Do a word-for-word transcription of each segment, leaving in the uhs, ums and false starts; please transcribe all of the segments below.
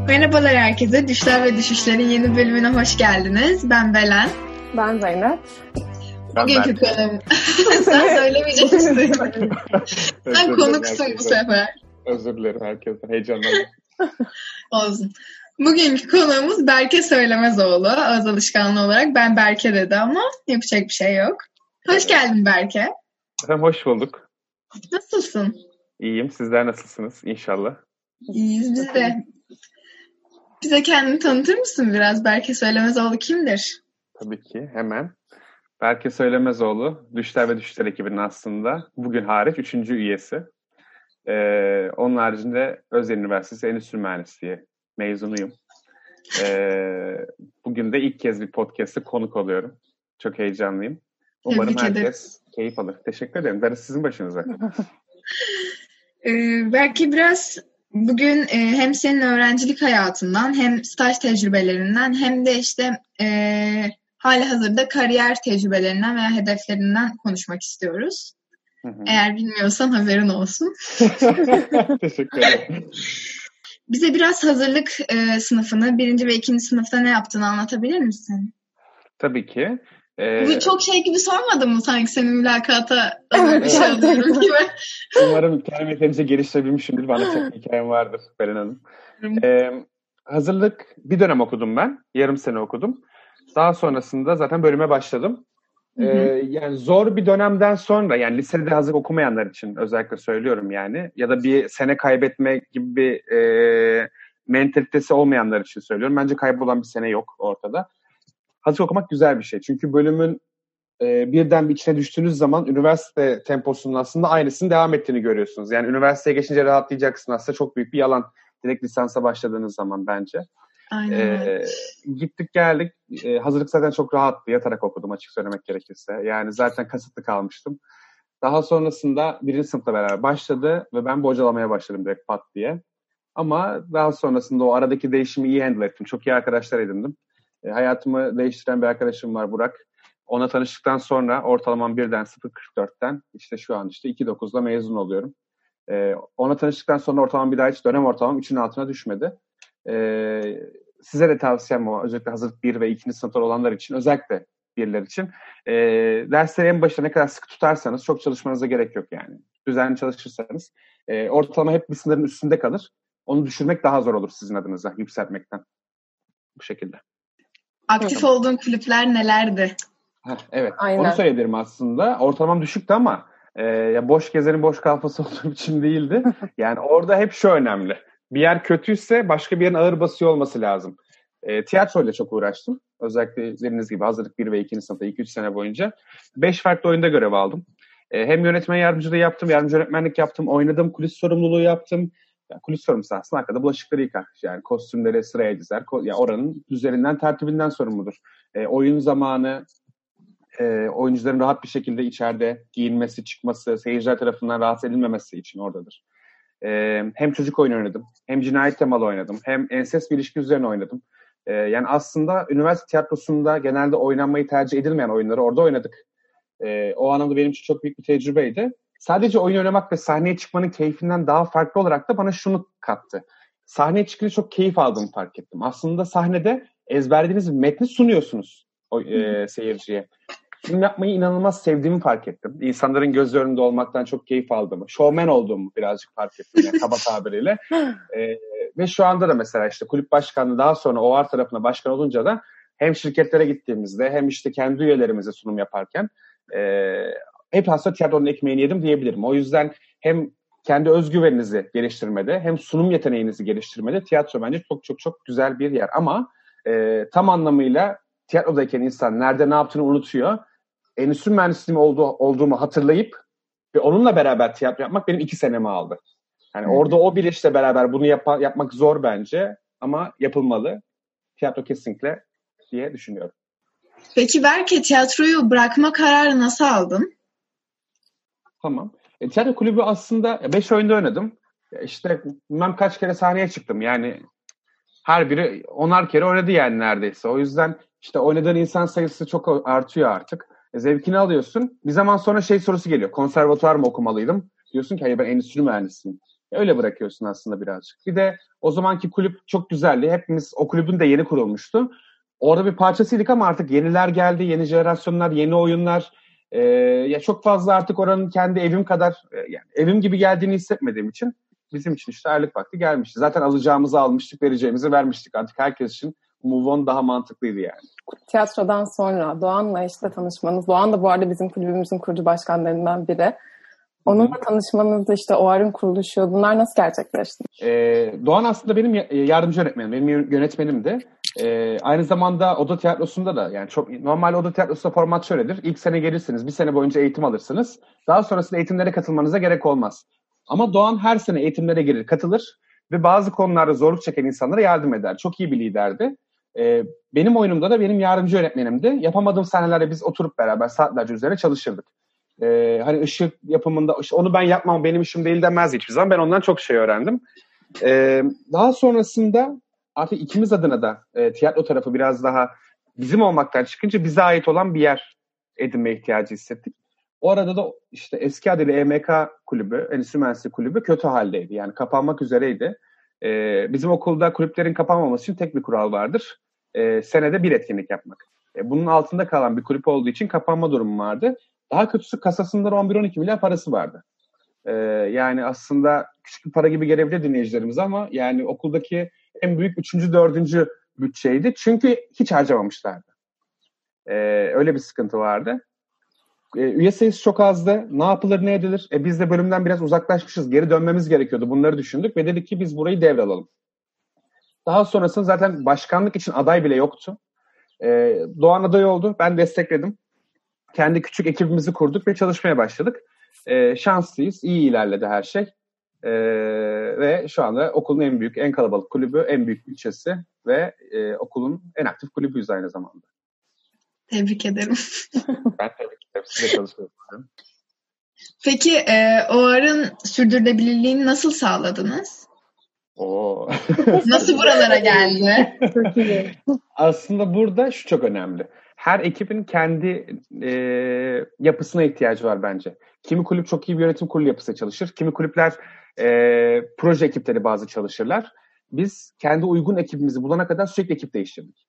Merhabalar herkese. Düşler ve Düşüşler'in yeni bölümüne hoş geldiniz. Ben Belen. Ben Zeynep. Bugünkü konum... Sen söylemeyeceksin. Sen konuksun bu sefer. Özür dilerim herkesten. Heyecanlandım. Olsun. Bugünkü konuğumuz Berke Söylemezoğlu. Ağız alışkanlığı olarak ben Berke dedi ama yapacak bir şey yok. Hoş geldin Berke. Efendim hoş bulduk. Nasılsın? İyiyim. Sizler nasılsınız inşallah? İyiyiz biz de. Bize kendini tanıtır mısın biraz? Berke Söylemezoğlu kimdir? Tabii ki hemen. Berke Söylemezoğlu, Düşler ve Düşüşler ekibinin aslında bugün hariç üçüncü üyesi. Ee, onun haricinde Özel Üniversitesi Endüstri Mühendisliği mezunuyum. Ee, bugün de ilk kez bir podcast'te konuk oluyorum. Çok heyecanlıyım. Umarım Tebrik herkes ederim. keyif alır. Teşekkür ederim. Darısı sizin başınıza. ee, belki biraz bugün e, hem senin öğrencilik hayatından hem staj tecrübelerinden hem de işte e, halihazırda kariyer tecrübelerinden veya hedeflerinden konuşmak istiyoruz. Hı hı. Eğer bilmiyorsan haberin olsun. Teşekkür ederim. Bize biraz hazırlık e, sınıfını, birinci ve ikinci sınıfta ne yaptığını anlatabilir misin? Tabii ki. Ee... Bu çok şey gibi sormadın mı sanki senin mülakata özel bir şey alıyorum gibi? Umarım kendimi yeterince geliştirebilmişimdir. Bana çok bir hikayem vardır Beren Hanım. Ee, hazırlık bir dönem okudum ben. Yarım sene okudum. Daha sonrasında zaten bölüme başladım. Ee, yani zor bir dönemden sonra, yani lisede hazırlık okumayanlar için özellikle söylüyorum yani, ya da bir sene kaybetme gibi bir e, mentalitesi olmayanlar için söylüyorum. Bence kaybolan bir sene yok ortada. Hazırlık okumak güzel bir şey. Çünkü bölümün e, birden bir içine düştüğünüz zaman üniversite temposunun aslında aynısının devam ettiğini görüyorsunuz. Yani üniversiteye geçince rahatlayacaksın aslında, çok büyük bir yalan. Direkt lisansa başladığınız zaman bence. Aynen. Ee, gittik geldik. Ee, hazırlık zaten çok rahattı. Yatarak okudum açık söylemek gerekirse. Yani zaten kasıtlı kalmıştım. Daha sonrasında birinci sınıfla beraber başladı ve ben bocalamaya başladım direkt pat diye. Ama daha sonrasında o aradaki değişimi iyi handle ettim. Çok iyi arkadaşlar edindim. E, hayatımı değiştiren bir arkadaşım var, Burak. Ona tanıştıktan sonra ortalamam birden sıfır virgül kırk dörtten işte şu an işte iki virgül dokuzda mezun oluyorum. E, ona tanıştıktan sonra ortalamam bir daha hiç dönem ortalamam üçün altına düşmedi. Ee, size de tavsiyem o, özellikle hazırlık bir ve ikinci sınıflar olanlar için, özellikle birler için. Ee, dersleri en başta ne kadar sıkı tutarsanız çok çalışmanıza gerek yok yani. Düzenli çalışırsanız e, ortalama hep bir sınırın üstünde kalır. Onu düşürmek daha zor olur sizin adınıza, yükseltmekten. Bu şekilde. Aktif olduğun kulüpler nelerdi? Heh, evet, Aynen. Onu söyleyebilirim aslında. Ortalamam düşüktü ama e, ya boş gezenin boş kafası olduğum için değildi. Yani orada hep şu önemli. Bir yer kötüyse başka bir yerin ağır basıyor olması lazım. E, tiyatroyla çok uğraştım. Özellikle dediğiniz gibi hazırlık bir ve ikinci sınıfta iki üç sene boyunca. beş farklı oyunda görev aldım. E, hem yönetmen yardımcılığı yaptım, yardımcı öğretmenlik yaptım, oynadım, kulis sorumluluğu yaptım. Yani kulis sorumlusu aslında arkada bulaşıkları yıkar. Yani kostümleri sıraya dizer. Ko- yani oranın düzeninden, tertibinden sorumludur. E, oyun zamanı, e, oyuncuların rahat bir şekilde içeride giyinmesi, çıkması, seyirciler tarafından rahatsız edilmemesi için oradadır. Ee, hem çocuk oyunu oynadım, hem cinayet temalı oynadım, hem ensest bir ilişki üzerine oynadım. Ee, yani aslında üniversite tiyatrosunda genelde oynanmayı tercih edilmeyen oyunları orada oynadık. Ee, o anlamda benim için çok büyük bir tecrübeydi. Sadece oyun oynamak ve sahneye çıkmanın keyfinden daha farklı olarak da bana şunu kattı. Sahneye çıkınca çok keyif aldığımı fark ettim. Aslında sahnede ezberlediğiniz metni sunuyorsunuz o, e, seyirciye. Film yapmayı inanılmaz sevdiğimi fark ettim. İnsanların göz önünde olmaktan çok keyif aldığımı, showman olduğumu birazcık fark ettim yani kaba tabiriyle. Ee, ve şu anda da mesela işte kulüp başkanlığı, daha sonra O A R tarafına başkan olunca da hem şirketlere gittiğimizde hem işte kendi üyelerimize sunum yaparken e, hep aslında tiyatronun ekmeğini yedim diyebilirim. O yüzden hem kendi özgüveninizi geliştirmede hem sunum yeteneğinizi geliştirmede tiyatro bence çok çok çok güzel bir yer. Ama e, tam anlamıyla tiyatrodayken insan nerede ne yaptığını unutuyor. Endüstri mühendisliğim olduğu, olduğumu hatırlayıp ve onunla beraber tiyatro yapmak benim iki senemi aldı. Yani hmm. orada o bilinçle beraber bunu yap- yapmak zor bence ama yapılmalı. Tiyatro kesinlikle diye düşünüyorum. Peki Berke, tiyatroyu bırakma kararı nasıl aldın? Tamam. E, tiyatro kulübü aslında beş oyunda oynadım. E, işte bilmem kaç kere sahneye çıktım. Yani her biri onar kere oynadı yani neredeyse. O yüzden işte oynadığın insan sayısı çok artıyor artık. E, zevkini alıyorsun. Bir zaman sonra şey sorusu geliyor. Konservatuvar mı okumalıydım? Diyorsun ki hayır, ben endüstri mühendisiyim. Öyle bırakıyorsun aslında birazcık. Bir de o zamanki kulüp çok güzeldi. Hepimiz o kulübün de yeni kurulmuştu. Orada bir parçasıydık ama artık yeniler geldi, yeni jenerasyonlar, yeni oyunlar. Ee, ya çok fazla artık oranın kendi evim kadar, yani evim gibi geldiğini hissetmediğim için bizim için işte ayrılık vakti gelmişti. Zaten alacağımızı almıştık, vereceğimizi vermiştik. Artık herkes için move on daha mantıklıydı yani. Tiyatrodan sonra Doğan'la işte tanışmanız. Doğan da bu arada bizim kulübümüzün kurucu başkanlarından biri. Onunla tanışmanız, işte O A R'ın kuruluşu, bunlar nasıl gerçekleşti? Ee, Doğan aslında benim yardımcı öğretmenim, benim yönetmenimdi. Ee, aynı zamanda Oda Tiyatrosu'nda da, yani çok normal Oda Tiyatrosu'nda format şöyledir. İlk sene gelirsiniz, bir sene boyunca eğitim alırsınız. Daha sonrasında eğitimlere katılmanıza gerek olmaz. Ama Doğan her sene eğitimlere gelir, katılır ve bazı konularda zorluk çeken insanlara yardım eder. Çok iyi bir liderdi. Ee, benim oyunumda da benim yardımcı öğretmenimdi. Yapamadığım sahnelerde biz oturup beraber saatlerce üzerine çalışırdık. Ee, hani ışık yapımında, işte onu ben yapmam, benim işim değil demez hiçbir zaman. Ben ondan çok şey öğrendim. Ee, daha sonrasında artık ikimiz adına da e, tiyatro tarafı biraz daha bizim olmaktan çıkınca bize ait olan bir yer edinme ihtiyacı hissettik. O arada da işte eski adıyla E M K kulübü, Endüstri Mühendisliği kulübü kötü haldeydi. Yani kapanmak üzereydi. Ee, bizim okulda kulüplerin kapanmaması için tek bir kural vardır. Ee, senede bir etkinlik yapmak. Ee, bunun altında kalan bir kulüp olduğu için kapanma durumu vardı. Daha kötüsü kasasında on bir on iki milyar parası vardı. Ee, yani aslında küçük bir para gibi gelebilir dinleyicilerimiz ama yani okuldaki en büyük üçüncü, dördüncü bütçeydi. Çünkü hiç harcamamışlardı. Ee, öyle bir sıkıntı vardı. Ee, üye sayısı çok azdı. Ne yapılır, ne edilir? E, biz de bölümden biraz uzaklaşmışız. Geri dönmemiz gerekiyordu. Bunları düşündük ve dedik ki biz burayı devralalım. Daha sonrasında zaten başkanlık için aday bile yoktu. Ee, Doğan aday oldu. Ben destekledim. Kendi küçük ekibimizi kurduk ve çalışmaya başladık. Ee, şanslıyız. İyi ilerledi her şey. Ee, ve şu anda okulun en büyük, en kalabalık kulübü, en büyük bütçesi ve e, okulun en aktif kulübüyüz aynı zamanda. Tebrik ederim. Ben tebrik ederim. Size çalışıyorum. Peki e, O A R'ın sürdürülebilirliğini nasıl sağladınız? Oo. Nasıl buralara geldi? Aslında burada şu çok önemli. Her ekibin kendi e, yapısına ihtiyacı var bence. Kimi kulüp çok iyi bir yönetim kurulu yapısıyla çalışır. Kimi kulüpler e, proje ekipleri bazı çalışırlar. Biz kendi uygun ekibimizi bulana kadar sürekli ekip değiştirdik.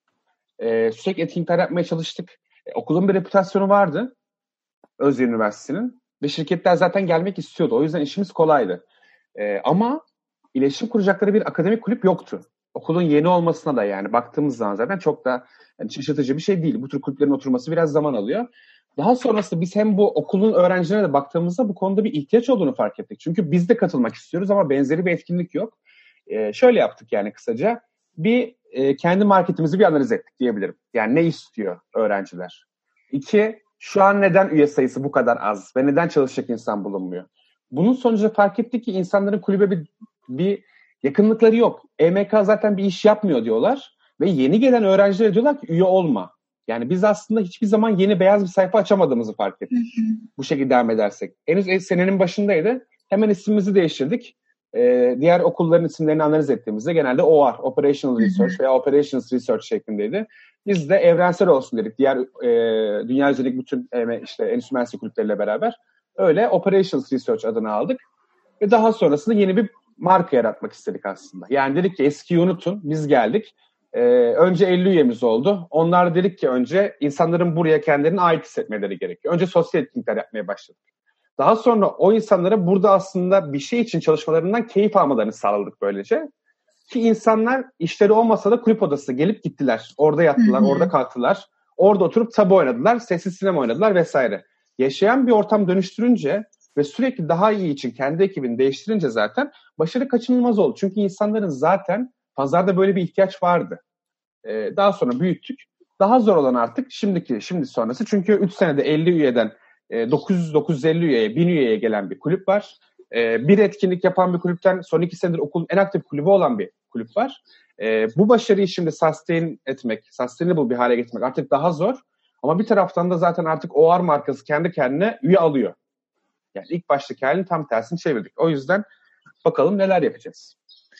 E, sürekli etkinlikler yapmaya çalıştık. E, okulun bir reputasyonu vardı. Özyeğin Üniversitesi'nin. Ve şirketler zaten gelmek istiyordu. O yüzden işimiz kolaydı. E, ama iletişim kuracakları bir akademik kulüp yoktu. Okulun yeni olmasına da yani baktığımız zaman zaten çok da yani şaşırtıcı bir şey değil. Bu tür kulüplerin oturması biraz zaman alıyor. Daha sonrasında biz hem bu okulun öğrencilerine de baktığımızda bu konuda bir ihtiyaç olduğunu fark ettik. Çünkü biz de katılmak istiyoruz ama benzeri bir etkinlik yok. Ee, şöyle yaptık yani kısaca. Bir e, kendi marketimizi bir analiz ettik diyebilirim. Yani ne istiyor öğrenciler? İki, şu an neden üye sayısı bu kadar az ve neden çalışacak insan bulunmuyor? Bunun sonucunda fark ettik ki insanların kulübe bir, bir yakınlıkları yok. E M K zaten bir iş yapmıyor diyorlar ve yeni gelen öğrencilere diyorlar ki üye olma. Yani biz aslında hiçbir zaman yeni beyaz bir sayfa açamadığımızı fark ettik. Bu şekilde devam edersek. Henüz senenin başındaydı. Hemen ismimizi değiştirdik. Ee, diğer okulların isimlerini analiz ettiğimizde genelde O R, Operational Research veya Operations Research şeklindeydi. Biz de evrensel olsun dedik. Diğer e, dünya üzerindeki bütün e, işte endüstri mühendisliği kulüpleriyle beraber öyle Operations Research adını aldık. Ve daha sonrasında yeni bir marka yaratmak istedik aslında. Yani dedik ki eskiyi unutun, biz geldik. Ee, önce elli üyemiz oldu. Onlar dedik ki önce insanların buraya kendilerini ait hissetmeleri gerekiyor. Önce sosyal etkinlikler yapmaya başladık. Daha sonra o insanlara burada aslında bir şey için çalışmalarından keyif almalarını sağladık böylece. Ki insanlar işleri olmasa da kulüp odasına gelip gittiler. Orada yattılar, orada kalktılar. Orada oturup tabu oynadılar, sessiz sinema oynadılar vesaire. Yaşayan bir ortam dönüştürünce ve sürekli daha iyi için kendi ekibini değiştirince zaten başarı kaçınılmaz oldu. Çünkü insanların zaten pazarda böyle bir ihtiyaç vardı. Ee, daha sonra büyüttük. Daha zor olan artık şimdiki, şimdi sonrası. Çünkü üç senede elli üyeden e, dokuz yüz dokuz yüz elli üyeye, bin üyeye gelen bir kulüp var. E, bir etkinlik yapan bir kulüpten son iki senedir okulun en aktif kulübü olan bir kulüp var. E, bu başarıyı şimdi sustain etmek, sustainable bir hale getirmek artık daha zor. Ama bir taraftan da zaten artık O R markası kendi kendine üye alıyor. Yani ilk baştaki halini tam tersini çevirdik. O yüzden bakalım neler yapacağız.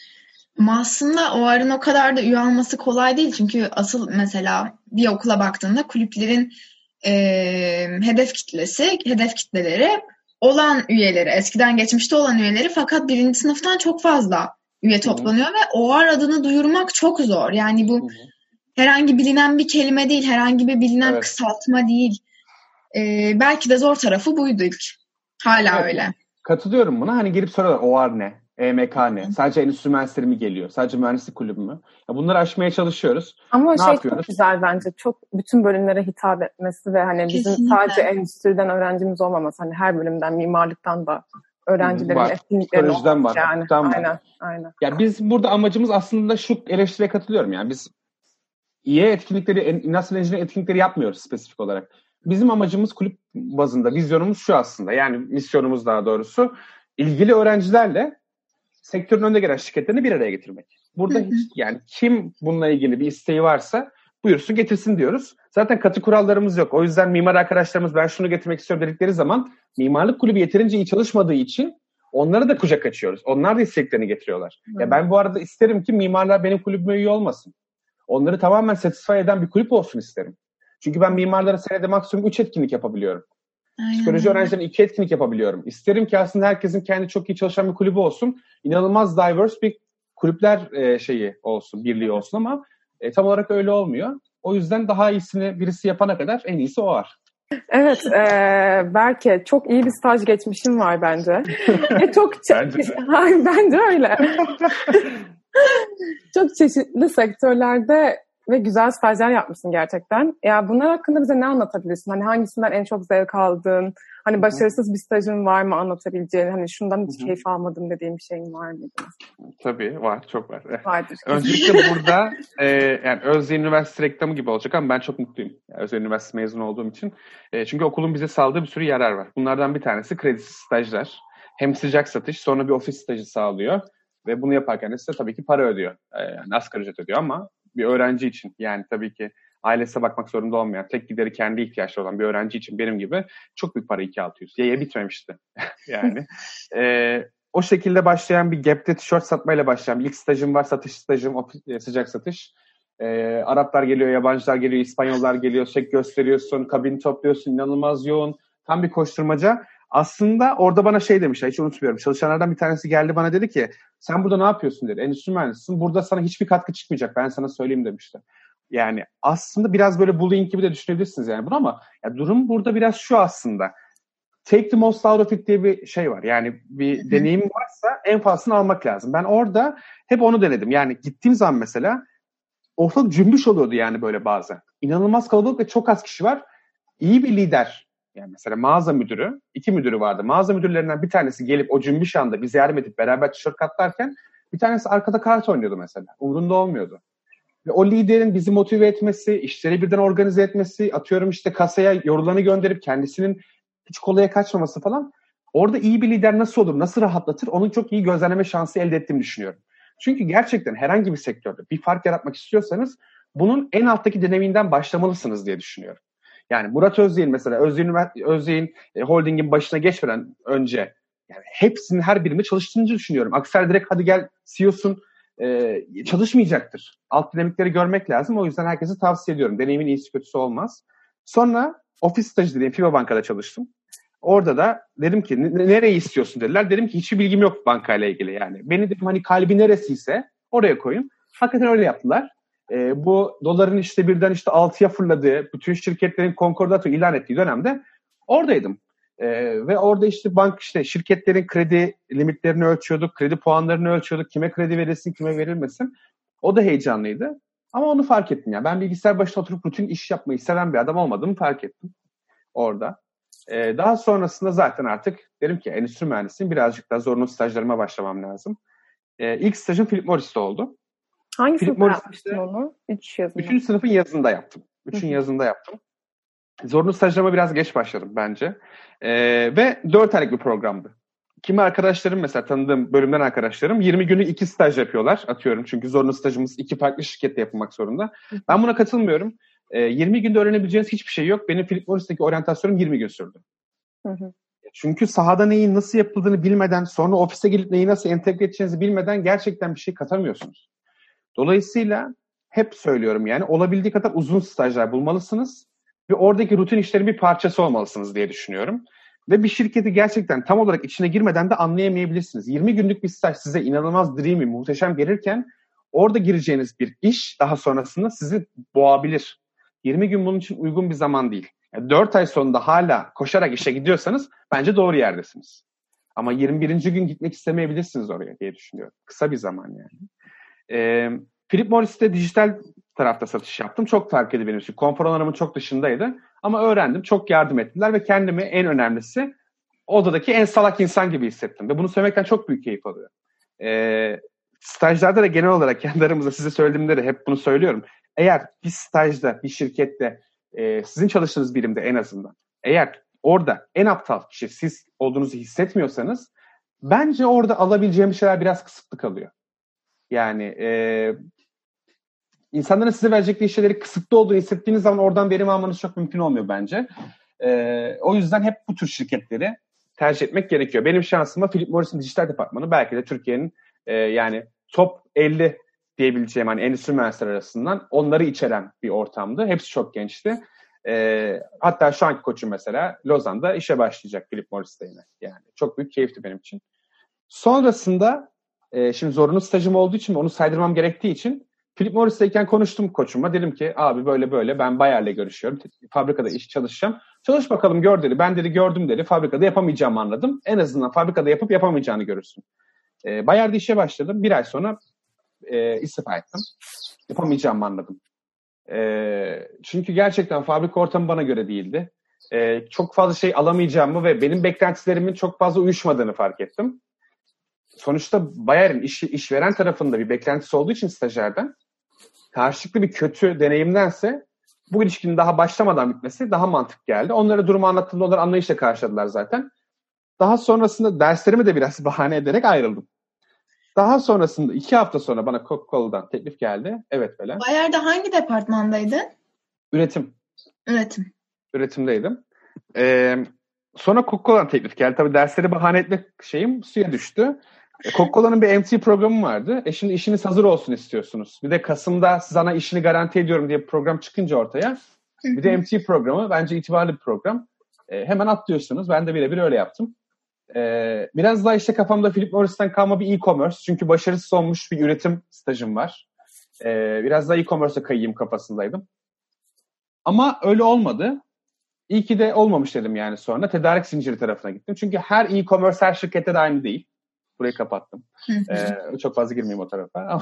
Ama aslında O R'ın o kadar da üye alması kolay değil. Çünkü asıl mesela bir okula baktığında kulüplerin e, hedef kitlesi, hedef kitleleri olan üyeleri, eskiden geçmişte olan üyeleri fakat birinci sınıftan çok fazla üye toplanıyor Hı-hı. ve O A R adını duyurmak çok zor. Yani bu Hı-hı. herhangi bilinen bir kelime değil, herhangi bir bilinen evet. kısaltma değil. Ee, belki de zor tarafı buydu ilk. Hala evet, öyle. Katılıyorum buna. Hani gelip soruyorlar O A R ne? E M K ne? Sadece endüstri mühendisleri mi geliyor? Sadece mühendislik kulübü mü? Ya bunları aşmaya çalışıyoruz. Ama ne şey yapıyoruz? Çok güzel bence. Çok bütün bölümlere hitap etmesi ve hani bizim Kesinlikle. sadece endüstriden öğrencimiz olmaması. Hani her bölümden, mimarlıktan da öğrencilerin etkinliklerinin olması yani. Tamam. Aynen, aynen. Ya biz burada amacımız aslında şu eleştiriye katılıyorum yani. Biz İ E etkinlikleri, industrial engineering etkinlikleri yapmıyoruz spesifik olarak. Bizim amacımız kulüp bazında, vizyonumuz şu aslında. Yani misyonumuz daha doğrusu ilgili öğrencilerle sektörün önde gelen şirketlerini bir araya getirmek. Burada hiç yani kim bununla ilgili bir isteği varsa buyursun getirsin diyoruz. Zaten katı kurallarımız yok. O yüzden mimar arkadaşlarımız ben şunu getirmek istiyorum dedikleri zaman mimarlık kulübü yeterince iyi çalışmadığı için onlara da kucak açıyoruz. Onlar da isteklerini getiriyorlar. Hmm. Ya ben bu arada isterim ki mimarlar benim kulübüme üye olmasın. Onları tamamen satisfy eden bir kulüp olsun isterim. Çünkü ben mimarlara senede maksimum üç etkinlik yapabiliyorum. Aynen. Psikoloji öğrencilerine iki etkinlik yapabiliyorum. İsterim ki aslında herkesin kendi çok iyi çalışan bir kulübü olsun. İnanılmaz diverse bir kulüpler e, şeyi olsun, birliği olsun ama e, tam olarak öyle olmuyor. O yüzden daha iyisini birisi yapana kadar en iyisi o var. Evet, e, Berke çok iyi bir staj geçmişin var bence. çok bence Hayır, bence öyle. Çok çeşitli sektörlerde ve güzel stajlar yapmışsın gerçekten. Ya bunlar hakkında bize ne anlatabilirsin? Hani hangisinden en çok zevk aldın? Hani başarısız bir stajın var mı anlatabileceğin? Hani şundan hiç Hı-hı. keyif almadım dediğin bir şeyin var mıydı? Tabii var, çok var. Vardır. Öncelikle burada e, yani Özyeğin Üniversitesi reklamı gibi olacak ama ben çok mutluyum. Yani Özyeğin Üniversitesi mezunu olduğum için. E, çünkü okulun bize sağladığı bir sürü yarar var. Bunlardan bir tanesi kredisiz stajlar. Hem sıcak satış, sonra bir ofis stajı sağlıyor. Ve bunu yaparken de size tabii ki para ödüyor. Yani asgari ücret ödüyor ama bir öğrenci için yani tabii ki ailesine bakmak zorunda olmayan, tek gideri kendi ihtiyaçları olan bir öğrenci için benim gibi çok büyük para iki bin altı yüz. Y'ye bitmemişti. yani e, o şekilde başlayan bir Gap'te tişört satmayla başlayan bir ilk stajım var. Satış stajım, sıcak satış. E, Araplar geliyor, yabancılar geliyor, İspanyollar geliyor. Çek gösteriyorsun, kabin topluyorsun. İnanılmaz yoğun. Tam bir koşturmaca. Aslında orada bana şey demişler, hiç unutmuyorum. Çalışanlardan bir tanesi geldi bana dedi ki sen burada ne yapıyorsun dedi. Endüstri mühendisisin. Burada sana hiçbir katkı çıkmayacak. Ben sana söyleyeyim demişti. Yani aslında biraz böyle bullying gibi de düşünebilirsiniz yani bunu ama ya durum burada biraz şu aslında. Take the most out of it diye bir şey var. Yani bir Hı-hı. deneyim varsa en fazlasını almak lazım. Ben orada hep onu denedim. Yani gittiğim zaman mesela ortalık cümbüş oluyordu yani böyle bazen. İnanılmaz kalabalık ve çok az kişi var. İyi bir lider. Yani mesela mağaza müdürü, iki müdürü vardı. Mağaza müdürlerinden bir tanesi gelip o cümbüş anda bizi yardım edip beraber tişört katlarken bir tanesi arkada kart oynuyordu mesela. Umurunda olmuyordu. Ve o liderin bizi motive etmesi, işleri birden organize etmesi, atıyorum işte kasaya yorulanı gönderip kendisinin hiç kolaya kaçmaması falan. Orada iyi bir lider nasıl olur, nasıl rahatlatır onun çok iyi gözlemleme şansı elde ettiğimi düşünüyorum. Çünkü gerçekten herhangi bir sektörde bir fark yaratmak istiyorsanız bunun en alttaki deneyiminden başlamalısınız diye düşünüyorum. Yani Murat Özyeğin mesela Özyeğin, Özyeğin e, Holding'in başına geçmeden önce yani hepsinin her birinde çalıştığını düşünüyorum. Aksel direkt hadi gel C E O'sun e, çalışmayacaktır. Alt dinamikleri görmek lazım. O yüzden herkese tavsiye ediyorum. Deneyimin iyisi kötüsü olmaz. Sonra ofis stajı dediğim FİBA Banka'da çalıştım. Orada da dedim ki nereyi istiyorsun dediler. Dedim ki hiçbir bilgim yok bankayla ilgili yani. Beni dedim hani kalbi neresiyse oraya koyun. Hakikaten öyle yaptılar. E, bu doların işte birden işte altıya fırladığı, bütün şirketlerin konkordato ilan ettiği dönemde oradaydım. E, ve orada işte bank işte şirketlerin kredi limitlerini ölçüyorduk, kredi puanlarını ölçüyorduk, kime kredi verilsin, kime verilmesin. O da heyecanlıydı. Ama onu fark ettim ya. Ben bilgisayar başına oturup rutin iş yapmayı seven bir adam olmadığımı fark ettim orada. E, daha sonrasında zaten artık dedim ki endüstri mühendisiyim, birazcık daha zorunlu stajlarıma başlamam lazım. E, ilk stajım Philip Morris'te oldu. Hangi sınıfta yapmıştın onu? Üç yazında. Üçüncü sınıfın yazında yaptım. Üçün yazında yaptım. Zorunlu stajlarıma biraz geç başladım bence. Ee, ve dört aylık bir programdı. Kimi arkadaşlarım mesela tanıdığım bölümden arkadaşlarım yirmi günü iki staj yapıyorlar atıyorum. Çünkü zorunlu stajımız iki farklı şirkette yapılmak zorunda. Ben buna katılmıyorum. Ee, yirmi günde öğrenebileceğiniz hiçbir şey yok. Benim Philip Morris'teki oryantasyonum yirmi gün sürdü. Hı hı. Çünkü sahada neyin nasıl yapıldığını bilmeden, sonra ofise gelip neyi nasıl entegre edeceğinizi bilmeden gerçekten bir şey katamıyorsunuz. Dolayısıyla hep söylüyorum yani olabildiği kadar uzun stajlar bulmalısınız ve oradaki rutin işlerin bir parçası olmalısınız diye düşünüyorum. Ve bir şirketi gerçekten tam olarak içine girmeden de anlayamayabilirsiniz. yirmi günlük bir staj size inanılmaz dreamy, muhteşem gelirken orada gireceğiniz bir iş daha sonrasında sizi boğabilir. yirmi gün bunun için uygun bir zaman değil. Yani dört ay sonunda hala koşarak işe gidiyorsanız bence doğru yerdesiniz. Ama yirmi birinci gün gitmek istemeyebilirsiniz oraya diye düşünüyorum. Kısa bir zaman yani. Ee, Philip Morris'te dijital tarafta satış yaptım. Çok fark etti benim için. Konfor alanımın çok dışındaydı. Ama öğrendim. Çok yardım ettiler ve kendimi en önemlisi odadaki en salak insan gibi hissettim. Ve bunu söylemekten çok büyük keyif alıyorum. Ee, stajlarda da genel olarak kendi aramızda size söylediğimde de hep bunu söylüyorum. Eğer bir stajda, bir şirkette, e, sizin çalıştığınız birimde en azından, eğer orada en aptal kişi siz olduğunuzu hissetmiyorsanız, bence orada alabileceğim şeyler biraz kısıtlı kalıyor. Yani e, insanların size verecekleri şeyleri kısıtlı olduğunu hissettiğiniz zaman oradan verim almanız çok mümkün olmuyor bence. E, o yüzden hep bu tür şirketleri tercih etmek gerekiyor. Benim şansıma Philip Morris'in dijital departmanı belki de Türkiye'nin e, yani top elli diyebileceğim hani endüstri mühendisleri arasından onları içeren bir ortamdı. Hepsi çok gençti. E, hatta şu anki koçum mesela Lozan'da işe başlayacak Philip Morris'te yine. Yani çok büyük keyifti benim için. Sonrasında e, şimdi zorunlu stajım olduğu için onu saydırmam gerektiği için Philip Morris'teyken konuştum koçumla. Dedim ki abi böyle böyle ben Bayer'le görüşüyorum. Fabrikada iş çalışacağım. Çalış bakalım gör dedi. Ben dedi gördüm dedi. Fabrikada yapamayacağımı anladım. En azından fabrikada yapıp yapamayacağını görürsün. E, Bayer'de işe başladım. Bir ay sonra e, istifa ettim. Yapamayacağımı anladım. E, çünkü gerçekten fabrika ortamı bana göre değildi. E, çok fazla şey alamayacağımı ve benim beklentilerimin çok fazla uyuşmadığını fark ettim. Sonuçta Bayer'in iş, işveren tarafında bir beklentisi olduğu için stajyerden karşılıklı bir kötü deneyimdense bu ilişkinin daha başlamadan bitmesi daha mantık geldi. Onlara durumu anlattığımda onlar anlayışla karşıladılar zaten. Daha sonrasında derslerimi de biraz bahane ederek ayrıldım. Daha sonrasında iki hafta sonra bana Coca-Cola'dan teklif geldi. Evet böyle. Bayer'de hangi departmandaydın? Üretim. Üretim. Üretimdeydim. Ee, sonra Coca-Cola'dan teklif geldi. Tabii dersleri bahane etmek şeyim suya düştü. Coca-Cola'nın bir M T programı vardı. E şimdi işiniz hazır olsun istiyorsunuz. Bir de Kasım'da sana işini garanti ediyorum diye bir program çıkınca ortaya. Bir de M T programı bence itibarlı bir program. E, hemen atlıyorsunuz. Ben de birebir öyle yaptım. E, biraz daha işte kafamda Philip Morris'ten kalma bir e-commerce. Çünkü başarısız olmuş bir üretim stajım var. E, biraz daha e-commerce'a kayayım kafasındaydım. Ama öyle olmadı. İyi ki de olmamış dedim yani sonra. Tedarik zinciri tarafına gittim. Çünkü her e-commerce her şirkette de aynı değil. Burayı kapattım. ee, çok fazla girmeyeyim o tarafa. Ama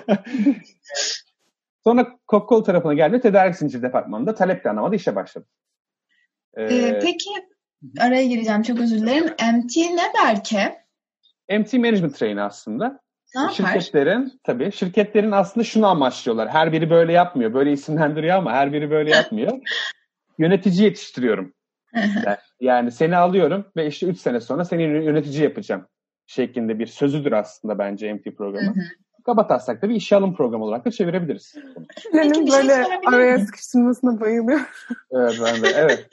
sonra Coca-Cola tarafına geldi. Tedarik zinciri departmanında talep planlamada işe başladım. Ee, ee, peki araya gireceğim çok özür dilerim. M T ne Berke? M T Management Trainee aslında. Ne yapar? Şirketlerin tabii şirketlerin aslında şunu amaçlıyorlar. Her biri böyle yapmıyor. Böyle isimlendiriyor ama her biri böyle yapmıyor. Yönetici yetiştiriyorum. Yani seni alıyorum ve işte üç sene sonra seni yönetici yapacağım şeklinde bir sözüdür aslında bence M T programı. Hı hı. Kabataslak da bir işe alım programı olarak da çevirebiliriz. Benim böyle şey araya sıkıştırmasına bayılıyorum. Evet ben de. Evet.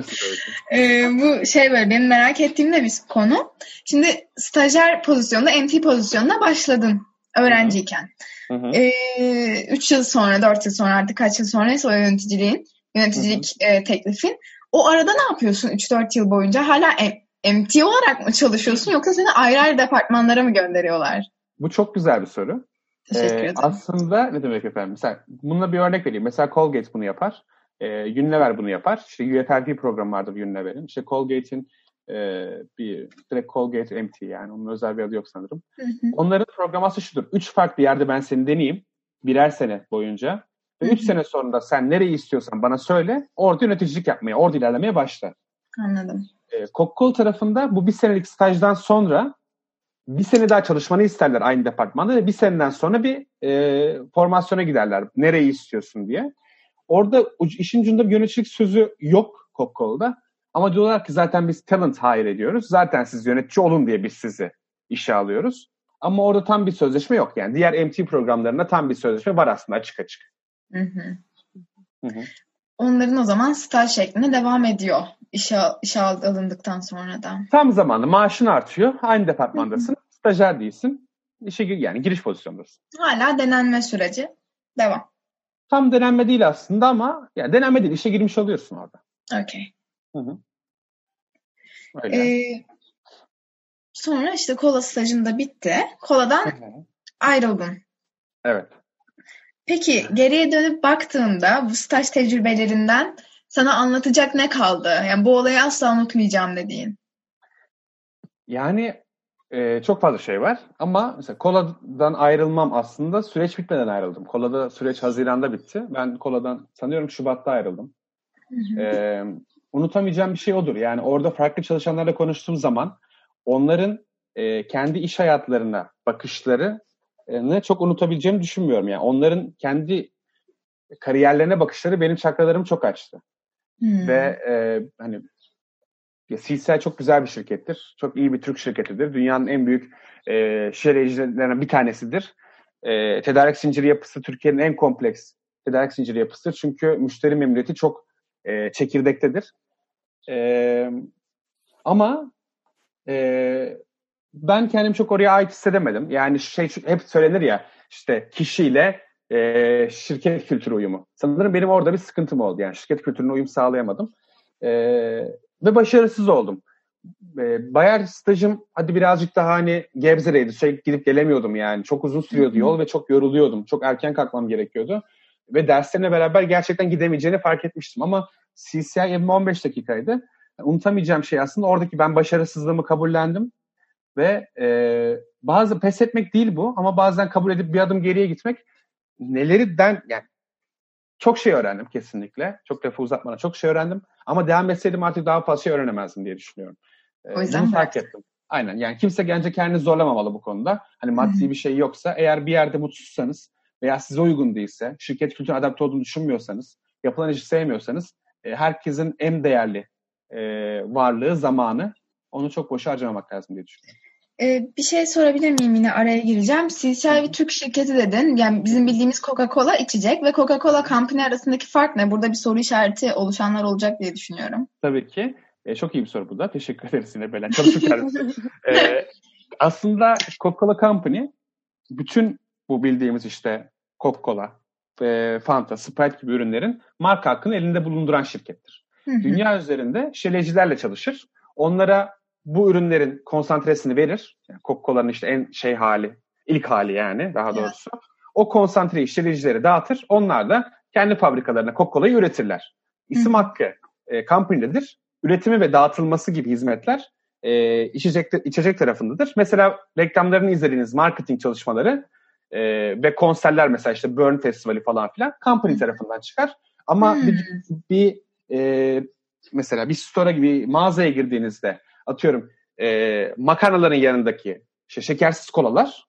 ee, bu şey böyle benim merak ettiğim de bir konu. Şimdi stajyer pozisyonunda M T pozisyonuna başladın öğrenciyken. Hı hı. Ee, üç yıl sonra, dört yıl sonra artık kaç yıl sonraysa o yöneticiliğin, yöneticilik hı hı. E, teklifin. O arada ne yapıyorsun üç dört yıl boyunca? Hala M- M T olarak mı çalışıyorsun yoksa seni ayrı ayrı departmanlara mı gönderiyorlar? Bu çok güzel bir soru. Teşekkür ederim. Ee, aslında ne demek efendim? Mesela bununla bir örnek vereyim. Mesela Colgate bunu yapar. Ee, Unilever bunu yapar. İşte U F L P programı vardır Unilever'in. İşte Colgate'in e, bir direkt Colgate M T yani. Onun özel bir adı yok sanırım. Hı hı. Onların programası şudur. Üç farklı yerde ben seni deneyeyim. Birer sene boyunca. Ve üç sene sonra da sen nereyi istiyorsan bana söyle. Orada yöneticilik yapmaya, orada ilerlemeye başla. Anladım. Ee, Coca-Cola tarafında bu bir senelik stajdan sonra bir sene daha çalışmanı isterler aynı departmanda ve bir seneden sonra bir e, formasyona giderler. Nereyi istiyorsun diye. Orada işin ucunda bir yöneticilik sözü yok Coca-Cola'da. Ama diyorlar ki zaten biz talent hire ediyoruz. Zaten siz yönetici olun diye biz sizi işe alıyoruz. Ama orada tam bir sözleşme yok. Yani diğer M T programlarında tam bir sözleşme var aslında açık açık. Hı hı. Hı hı. Onların o zaman staj şeklinde devam ediyor işe, işe alındıktan sonra da. Tam zamanlı maaşın artıyor. Aynı departmandasın. Hı hı. Stajyer değilsin. İşe yani giriş pozisyondasın. Hala denenme süreci devam. Tam denenme değil aslında ama yani denenme değil işe girmiş oluyorsun orada. Okay. Hı hı. Öyle. Ee, sonra işte kola stajın da bitti. Koladan ayrıldın. Evet. Peki geriye dönüp baktığında bu staj tecrübelerinden sana anlatacak ne kaldı? Yani bu olayı asla unutmayacağım dediğin. Yani e, çok fazla şey var ama mesela koladan ayrılmam aslında süreç bitmeden ayrıldım. Kolada süreç Haziran'da bitti. Ben koladan sanıyorum Şubat'ta ayrıldım. Hı hı. E, unutamayacağım bir şey odur. Yani orada farklı çalışanlarla konuştuğum zaman onların e, kendi iş hayatlarına bakışlarını çok unutabileceğimi düşünmüyorum. Yani onların kendi kariyerlerine bakışları benim çakralarımı çok açtı. Hmm. Ve e, hani C C I çok güzel bir şirkettir. Çok iyi bir Türk şirketidir. Dünyanın en büyük e, şirketlerinden bir tanesidir. E, tedarik zinciri yapısı Türkiye'nin en kompleks tedarik zinciri yapısıdır. Çünkü müşteri memnuniyeti çok e, çekirdektedir. E, ama e, ben kendimi çok oraya ait hissedemedim. Yani şey hep söylenir ya işte kişiyle e, şirket kültürü uyumu. Sanırım benim orada bir sıkıntım oldu. Yani şirket kültürüne uyum sağlayamadım. E, ve başarısız oldum. E, Bayer stajım hadi birazcık daha hani Gebze'deydi. Sürekli gidip gelemiyordum yani. Çok uzun sürüyordu yol ve çok yoruluyordum. Çok erken kalkmam gerekiyordu. Ve derslerine beraber gerçekten gidemeyeceğini fark etmiştim. Ama C C I evime on beş dakikaydı. Yani unutamayacağım şey aslında oradaki ben başarısızlığımı kabullendim. Ve e, bazı pes etmek değil bu ama bazen kabul edip bir adım geriye gitmek neleri den yani çok şey öğrendim kesinlikle. Çok lafı uzatmadan çok şey öğrendim ama devam etseydim artık daha fazla şey öğrenemezdim diye düşünüyorum. E, O yüzden bunu fark bıraktım. ettim. Aynen yani kimse bence kendini zorlamamalı bu konuda. Hani maddi Hı-hı. bir şey yoksa eğer bir yerde mutsuzsanız veya size uygun değilse, şirket kültürüne adapte olduğunu düşünmüyorsanız, yapılan işi sevmiyorsanız e, herkesin en değerli e, varlığı zamanı. Onu çok boşa harcamamak lazım diye düşünüyorum. Ee, bir şey sorabilir miyim, yine araya gireceğim. C C I bir Türk şirketi dedin. Yani bizim bildiğimiz Coca-Cola içecek ve Coca-Cola Company arasındaki fark ne? Burada bir soru işareti oluşanlar olacak diye düşünüyorum. Tabii ki. E, çok iyi bir soru bu da. Teşekkür ederiz yine Belen. Çalışıp kendisi. e, aslında Coca-Cola Company bütün bu bildiğimiz işte Coca-Cola, e, Fanta, Sprite gibi ürünlerin marka hakkını elinde bulunduran şirkettir. Hı-hı. Dünya üzerinde şelecilerle çalışır. Onlara bu ürünlerin konsantresini verir. Yani Coca-Cola'nın işte en şey hali, ilk hali yani daha doğrusu. Evet. O konsantreyi şelecilere dağıtır. Onlar da kendi fabrikalarına Coca-Cola'yı üretirler. İsim Hı-hı. hakkı e, company'dedir. Üretimi ve dağıtılması gibi hizmetler e, içecek, içecek tarafındadır. Mesela reklamlarını izlediğiniz marketing çalışmaları e, ve konserler mesela işte Burn Festivali falan filan company Hı-hı. tarafından çıkar. Ama Hı-hı. bir, bir e, mesela bir store'a gibi mağazaya girdiğinizde atıyorum e, makarnaların yanındaki işte, şekersiz kolalar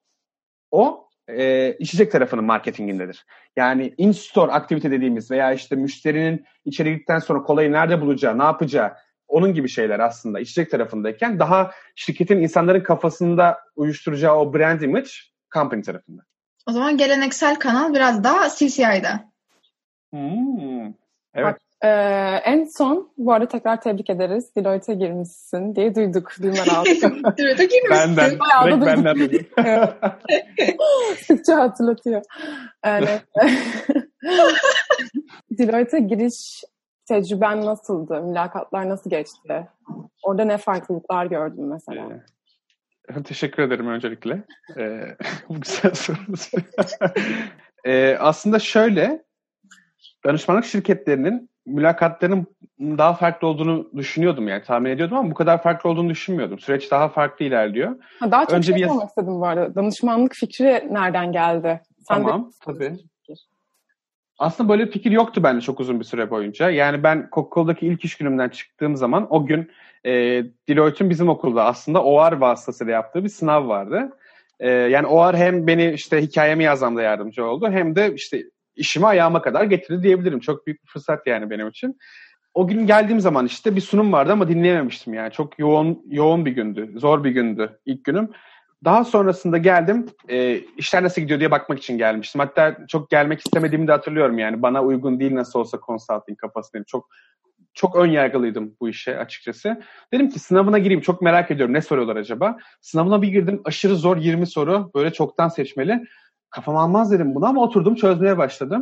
o e, içecek tarafının marketingindedir. Yani in-store aktivite dediğimiz veya işte müşterinin içeri girdikten sonra kolayı nerede bulacağı, ne yapacağı onun gibi şeyler aslında içecek tarafındayken daha şirketin insanların kafasında uyuşturacağı o brand image company tarafında. O zaman geleneksel kanal biraz daha C C I'da. Hmm, evet. Bak, e, en son bu arada tekrar tebrik ederiz. Deloitte'e girmişsin diye duyduk. Duyman aldım. Deloitte'e girmişsin. Benden. Bayağı da direkt benden duydum. Sıkça hatırlatıyor. Evet. Deloitte'e giriş tecrüben nasıldı? Mülakatlar nasıl geçti? Orada ne farklılıklar gördün mesela? Ee, teşekkür ederim öncelikle. Ee, bu güzel sorunuz. ee, aslında şöyle, danışmanlık şirketlerinin mülakatlarının daha farklı olduğunu düşünüyordum yani tahmin ediyordum ama bu kadar farklı olduğunu düşünmüyordum. Süreç daha farklı ilerliyor. Ha, daha çok Önce şey bir sormak istedim bu arada. Danışmanlık fikri nereden geldi? Sen tamam, de... tabii. Aslında böyle bir fikir yoktu bende çok uzun bir süre boyunca. Yani ben Coca-Cola'daki ilk iş günümden çıktığım zaman o gün e, Deloitte'ün bizim okulda aslında O R vasıtasıyla yaptığı bir sınav vardı. E, yani O R hem beni işte hikayemi yazmamda yardımcı oldu hem de işte işimi ayağıma kadar getirdi diyebilirim. Çok büyük bir fırsat yani benim için. O gün geldiğim zaman işte bir sunum vardı ama dinleyememiştim yani. Çok yoğun yoğun bir gündü. Zor bir gündü ilk günüm. Daha sonrasında geldim. E, işler nasıl gidiyor diye bakmak için gelmiştim. Hatta çok gelmek istemediğimi de hatırlıyorum yani. Bana uygun değil nasıl olsa consulting kafasındayım. Çok çok ön yargılıydım bu işe açıkçası. Dedim ki sınavına gireyim. Çok merak ediyorum. Ne soruyorlar acaba? Sınavına bir girdim. Aşırı zor yirmi soru. Böyle çoktan seçmeli. Kafam almaz dedim bunu ama oturdum çözmeye başladım.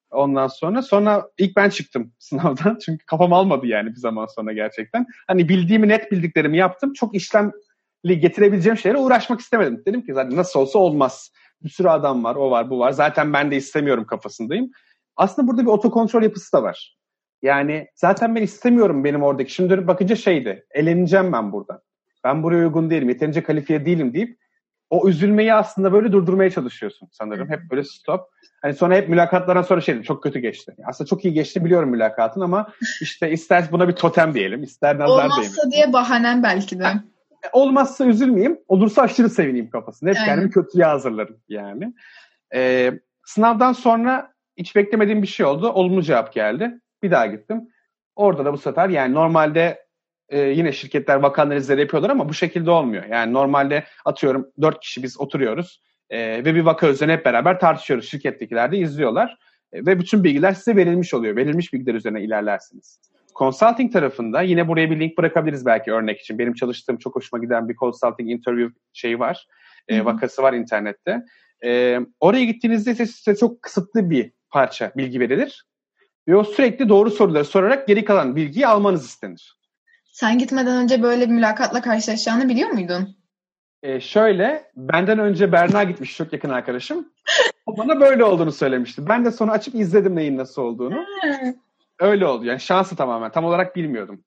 Ondan sonra sonra ilk ben çıktım sınavdan. Çünkü kafam almadı yani bir zaman sonra gerçekten. Hani bildiğimi, net bildiklerimi yaptım. Çok işlemli getirebileceğim şeylere uğraşmak istemedim. Dedim ki zaten nasıl olsa olmaz. Bir sürü adam var, o var, bu var. Zaten ben de istemiyorum kafasındayım. Aslında burada bir otokontrol yapısı da var. Yani zaten ben istemiyorum benim oradaki. Şimdi dönüp bakınca şeydi, eleneceğim ben burada. Ben buraya uygun değilim, yeterince kalifiye değilim deyip o üzülmeyi aslında böyle durdurmaya çalışıyorsun sanırım. Hep böyle stop. Hani sonra hep mülakatlardan sonra şey dedim, çok kötü geçti. Aslında çok iyi geçti biliyorum mülakatın ama işte ister buna bir totem diyelim, ister nazar değmesin. Olmazsa diye bahanem belki de. Ha, olmazsa üzülmeyeyim, olursa aşırı sevineyim kafasında. Hep Aynen. kendimi kötüye hazırlarım yani. Ee, sınavdan sonra hiç beklemediğim bir şey oldu. Olumlu cevap geldi. Bir daha gittim. Orada da bu sefer yani normalde e, yine şirketler vaka analizleri yapıyorlar ama bu şekilde olmuyor. Yani normalde atıyorum dört kişi biz oturuyoruz e, ve bir vaka üzerine hep beraber tartışıyoruz. Şirkettekiler de izliyorlar e, ve bütün bilgiler size verilmiş oluyor. Verilmiş bilgiler üzerine ilerlersiniz. Consulting tarafında yine buraya bir link bırakabiliriz belki örnek için. Benim çalıştığım çok hoşuma giden bir consulting interview şeyi var. E, vakası var internette. E, oraya gittiğinizde ise size çok kısıtlı bir parça bilgi verilir. Ve o sürekli doğru soruları sorarak geri kalan bilgiyi almanız istenir. Sen gitmeden önce böyle bir mülakatla karşılaşacağını biliyor muydun? Ee, şöyle, benden önce Berna gitmiş, çok yakın arkadaşım. O bana böyle olduğunu söylemişti. Ben de sonra açıp izledim neyin nasıl olduğunu. Öyle oldu. Yani şansı tamamen. Tam olarak bilmiyordum.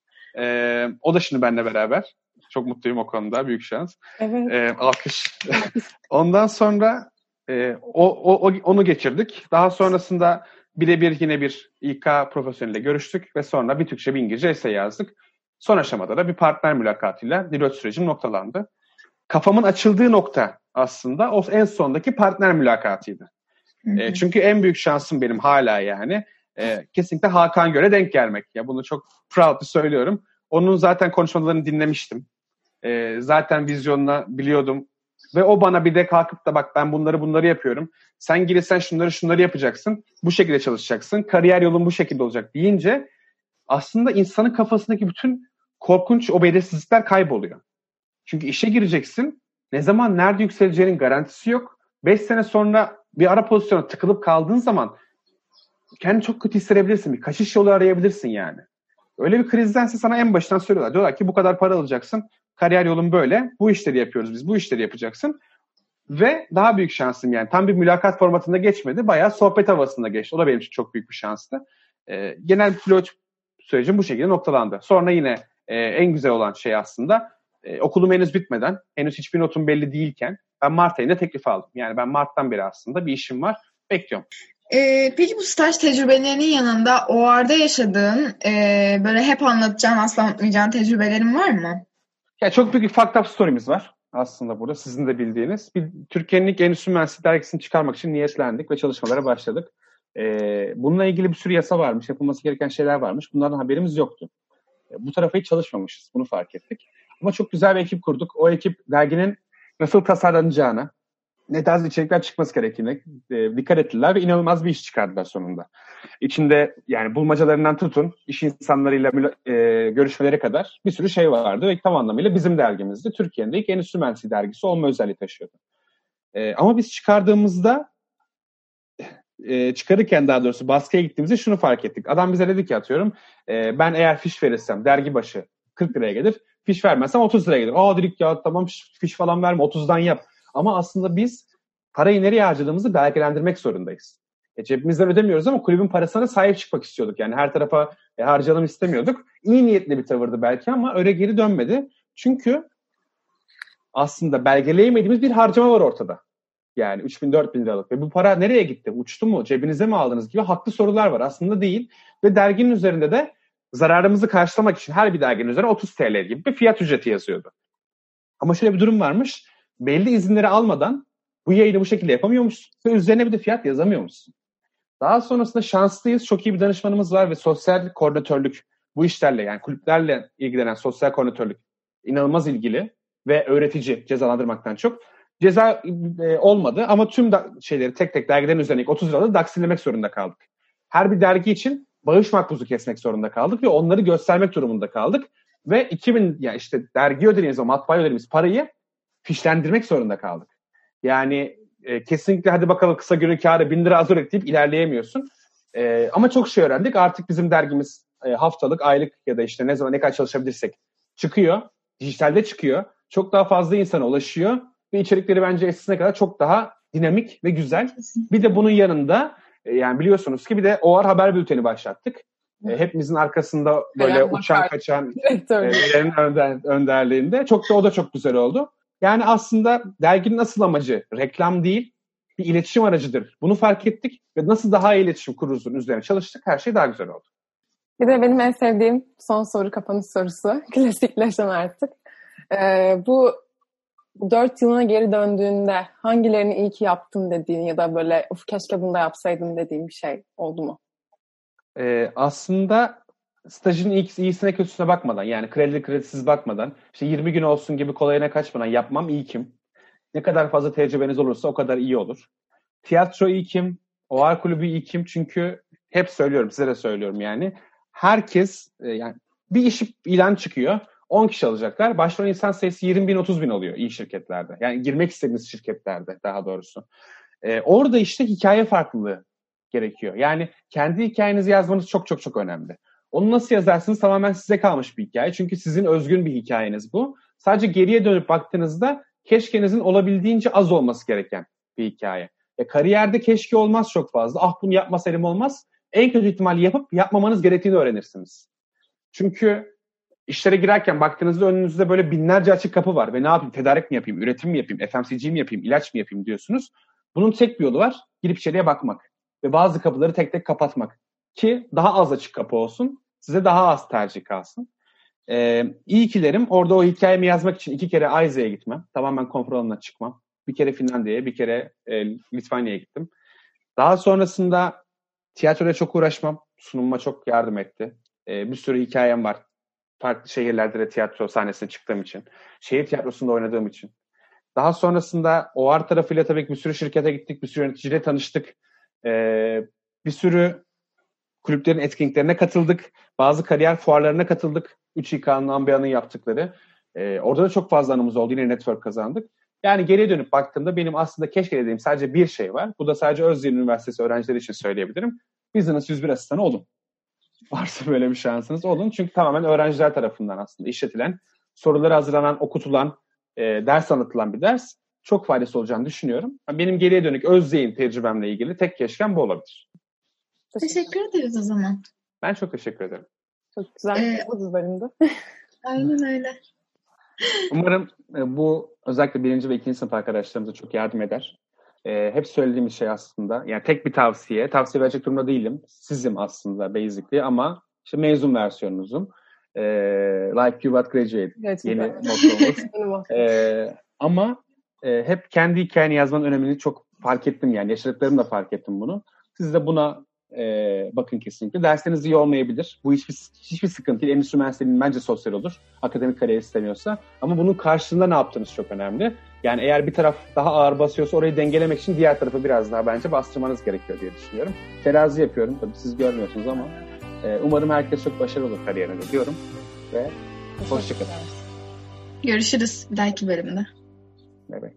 Ee, o da şimdi benimle beraber. Çok mutluyum o konuda. Büyük şans. Evet. Ee, alkış. Ondan sonra e, o, o, onu geçirdik. Daha sonrasında birebir yine bir İK profesyoneliyle görüştük ve sonra bir Türkçe bir İngilizce essay yazdık. Son aşamada da bir partner mülakatıyla Deloitte sürecim noktalandı. Kafamın açıldığı nokta aslında o en sondaki partner mülakatıydı. E, çünkü en büyük şansım benim hala yani e, kesinlikle Hakan Gör'e denk gelmek. Ya bunu çok proudly söylüyorum. Onun zaten konuşmalarını dinlemiştim. E, zaten vizyonunu biliyordum. Ve o bana bir de kalkıp da bak ben bunları bunları yapıyorum. Sen gelirsen şunları şunları yapacaksın. Bu şekilde çalışacaksın. Kariyer yolun bu şekilde olacak deyince aslında insanın kafasındaki bütün korkunç o belirsizlikler kayboluyor. Çünkü işe gireceksin. Ne zaman nerede yükseleceğinin garantisi yok. Beş sene sonra bir ara pozisyona tıkılıp kaldığın zaman kendini çok kötü hissedebilirsin. Bir kaçış yolu arayabilirsin yani. Öyle bir krizdense sana en baştan söylüyorlar. Diyorlar ki bu kadar para alacaksın. Kariyer yolun böyle. Bu işleri yapıyoruz biz. Bu işleri yapacaksın. Ve daha büyük şansım yani. Tam bir mülakat formatında geçmedi. Bayağı sohbet havasında geçti. O da benim için çok büyük bir şanstı. Ee, genel pilot sürecim bu şekilde noktalandı. Sonra yine e, en güzel olan şey aslında e, okulum henüz bitmeden, henüz hiçbir notum belli değilken ben Mart ayında teklif aldım. Yani ben Mart'tan beri aslında bir işim var. Bekliyorum. Ee, peki bu staj tecrübelerinin yanında o arada yaşadığın e, böyle hep anlatacağın, asla unutmayacağın tecrübelerin var mı? Ya çok büyük bir fucked up story'miz var aslında burada. Sizin de bildiğiniz. Bir Türkiye'nin ilk endüstri mühendisliği dergisini çıkarmak için niyetlendik ve çalışmalara başladık. Ee, bununla ilgili bir sürü yasa varmış. Yapılması gereken şeyler varmış. Bunlardan haberimiz yoktu. Ee, bu tarafa hiç çalışmamışız. Bunu fark ettik. Ama çok güzel bir ekip kurduk. O ekip derginin nasıl tasarlanacağına, ne tarz içerikler çıkması gerektiğine e, dikkat ettiler ve inanılmaz bir iş çıkardılar sonunda. İçinde yani bulmacalarından tutun, iş insanlarıyla e, görüşmelere kadar bir sürü şey vardı ve tam anlamıyla bizim dergimizdi. Türkiye'nin ilk endüstri mühendisliği dergisi olma özelliği taşıyordu. E, ama biz çıkardığımızda, e, çıkarırken daha doğrusu baskıya gittiğimizde şunu fark ettik. Adam bize dedi ki atıyorum, e, ben eğer fiş verirsem dergi başı kırk liraya gelir, fiş vermezsem otuz liraya gelir. Aa dedik ya tamam fiş falan verme, otuzdan yap. Ama aslında biz parayı nereye harcadığımızı belgelendirmek zorundayız. E, cebimizden ödemiyoruz ama kulübün parasına sahip çıkmak istiyorduk. Yani her tarafa e, harcayalım istemiyorduk. İyi niyetli bir tavırdı belki ama öyle geri dönmedi. Çünkü aslında belgeleyemediğimiz bir harcama var ortada. Yani üç bin dört bin liralık. Ve bu para nereye gitti? Uçtu mu? Cebinize mi aldınız gibi haklı sorular var. Aslında değil. Ve derginin üzerinde de zararımızı karşılamak için her bir derginin üzerine otuz TL gibi bir fiyat ücreti yazıyordu. Ama şöyle bir durum varmış. Belli izinleri almadan bu yayını bu şekilde yapamıyormuşsun ve üzerine bir de fiyat yazamıyormuşsun. Daha sonrasında şanslıyız. Çok iyi bir danışmanımız var ve sosyal koordinatörlük bu işlerle yani kulüplerle ilgilenen sosyal koordinatörlük inanılmaz ilgili ve öğretici cezalandırmaktan çok. Ceza e, olmadı ama tüm da, şeyleri tek tek dergilerin üzerine otuz liralık daksillemek zorunda kaldık. Her bir dergi için bağış makbuzu kesmek zorunda kaldık ve onları göstermek durumunda kaldık. Ve iki bin ya işte dergi ödediğimiz o matbaa ödediğimiz parayı fişlendirmek zorunda kaldık. Yani e, kesinlikle hadi bakalım kısa günün kârı bin lira az öğret deyip ilerleyemiyorsun. E, ama çok şey öğrendik. Artık bizim dergimiz e, haftalık, aylık ya da işte ne zaman ne kadar çalışabilirsek çıkıyor. Dijitalde çıkıyor. Çok daha fazla insana ulaşıyor. Ve içerikleri bence eskisine kadar çok daha dinamik ve güzel. Bir de bunun yanında e, yani biliyorsunuz ki bir de O A R Haber Bülteni başlattık. E, hepimizin arkasında böyle Veren uçan bakar. kaçan Veren'in önder, önderliğinde. Çok da o da çok güzel oldu. Yani aslında derginin asıl amacı reklam değil, bir iletişim aracıdır. Bunu fark ettik ve nasıl daha iyi iletişim kururuzun üzerine çalıştık. Her şey daha güzel oldu. Bir de benim en sevdiğim son soru, kapanış sorusu. Klasikleşen artık. Ee, bu dört yılına geri döndüğünde hangilerini iyi ki yaptım dediğin ya da böyle of keşke bunu da yapsaydım dediğin bir şey oldu mu? Ee, aslında stajın iyisine kötüsüne bakmadan, yani kredili kredisiz bakmadan, işte yirmi gün olsun gibi kolayına kaçmadan yapmam iyi kim? Ne kadar fazla tecrübeniz olursa o kadar iyi olur. Tiyatro iyi kim? O A R kulübü iyi kim? Çünkü hep söylüyorum, size de söylüyorum yani. Herkes, yani bir iş ilan çıkıyor, on kişi alacaklar. Başvuran insan sayısı yirmi bin otuz bin oluyor iyi şirketlerde. Yani girmek istediğiniz şirketlerde daha doğrusu. Ee, orada işte hikaye farklılığı gerekiyor. Yani kendi hikayenizi yazmanız çok çok çok önemli. Onu nasıl yazarsınız tamamen size kalmış bir hikaye. Çünkü sizin özgün bir hikayeniz bu. Sadece geriye dönüp baktığınızda keşkenizin olabildiğince az olması gereken bir hikaye. E, kariyerde keşke olmaz çok fazla. Ah bunu yapmasaydım olmaz. En kötü ihtimalle yapıp yapmamanız gerektiğini öğrenirsiniz. Çünkü işlere girerken baktığınızda önünüzde böyle binlerce açık kapı var. Ve ne yapayım? Tedarik mi yapayım? Üretim mi yapayım? F M C G mi yapayım? İlaç mı yapayım diyorsunuz. Bunun tek bir yolu var. Girip içeriye bakmak. Ve bazı kapıları tek tek kapatmak. Ki daha az açık kapı olsun. Size daha az tercih kalsın. Ee, iyi kilerim orada o hikayemi yazmak için iki kere Ayza'ya gitmem. Tamamen konfor alanına çıkmam. Bir kere Finlandiya'ya, bir kere e, Litvanya'ya gittim. Daha sonrasında tiyatroya çok uğraşmam. Sunumuma çok yardım etti. Ee, bir sürü hikayem var. Farklı şehirlerde de tiyatro sahnesine çıktığım için. Şehir tiyatrosunda oynadığım için. Daha sonrasında O A R tarafıyla tabii ki bir sürü şirkete gittik. Bir sürü yöneticiyle tanıştık. Ee, bir sürü kulüplerin etkinliklerine katıldık. Bazı kariyer fuarlarına katıldık. üç İK'nın, Ambia'nın yaptıkları. Ee, orada da çok fazla anımız oldu. Yine network kazandık. Yani geriye dönüp baktığımda benim aslında keşke dediğim sadece bir şey var. Bu da sadece Özyeğin Üniversitesi öğrencileri için söyleyebilirim. Business yüz bir asistanı olun. Varsa böyle bir şansınız olun. Çünkü tamamen öğrenciler tarafından aslında işletilen, soruları hazırlanan, okutulan, e, ders anlatılan bir ders. Çok faydası olacağını düşünüyorum. Benim geriye dönük Özyeğin tecrübemle ilgili tek keşkem bu olabilir. Teşekkür ederiz o zaman. Ben çok teşekkür ederim. Çok güzel ee, bu bölümde. Aynen öyle. Umarım bu özellikle birinci ve ikinci sınıf arkadaşlarımıza çok yardım eder. Ee, hep söylediğim şey aslında, yani tek bir tavsiye, tavsiye verecek durumda değilim. Sizim aslında basically ama işte mezun versiyonunuzum. Ee, like you what graduate. Gerçekten. Yeni mottomuz. ee, ama e, hep kendi hikayeni yazmanın önemini çok fark ettim yani. Yaşadıklarımla fark ettim bunu. Siz de buna e, bakın kesinlikle. Dersleriniz iyi olmayabilir. Bu hiçbir, hiçbir sıkıntı değil. Endüstri mühendisliğinin bence sosyal olur. Akademik kariyer istemiyorsa. Ama bunun karşılığında ne yaptığınız çok önemli. Yani eğer bir taraf daha ağır basıyorsa orayı dengelemek için diğer tarafı biraz daha bence bastırmanız gerekiyor diye düşünüyorum. Terazi yapıyorum. Tabii siz görmüyorsunuz ama e, umarım herkes çok başarılı olur kariyerinde diyorum. Ve hoşçakalın. Görüşürüz bir dahaki bölümde. Evet.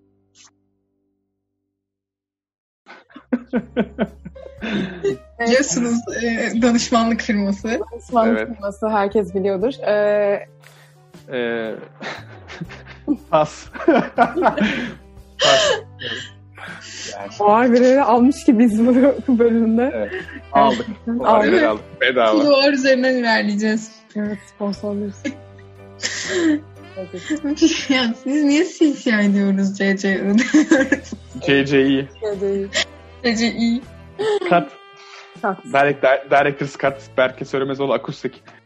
Biliyorsunuz e, danışmanlık firması. Danışmanlık evet. firması herkes biliyordur. Ee... Ee... Pas. Pas. Yani. Ağır birleri almış ki biz bu bölümde. Evet. Aldık. aldık. aldık. Bedava. Bu ağır üzerinden ilerleyeceğiz. Evet, sponsorluyuz. Ya siz niye C C I diyoruz C C I? C C I. C C I. Cut. Cut. Direct, director's cut. Berke Söylemezoğlu akustik.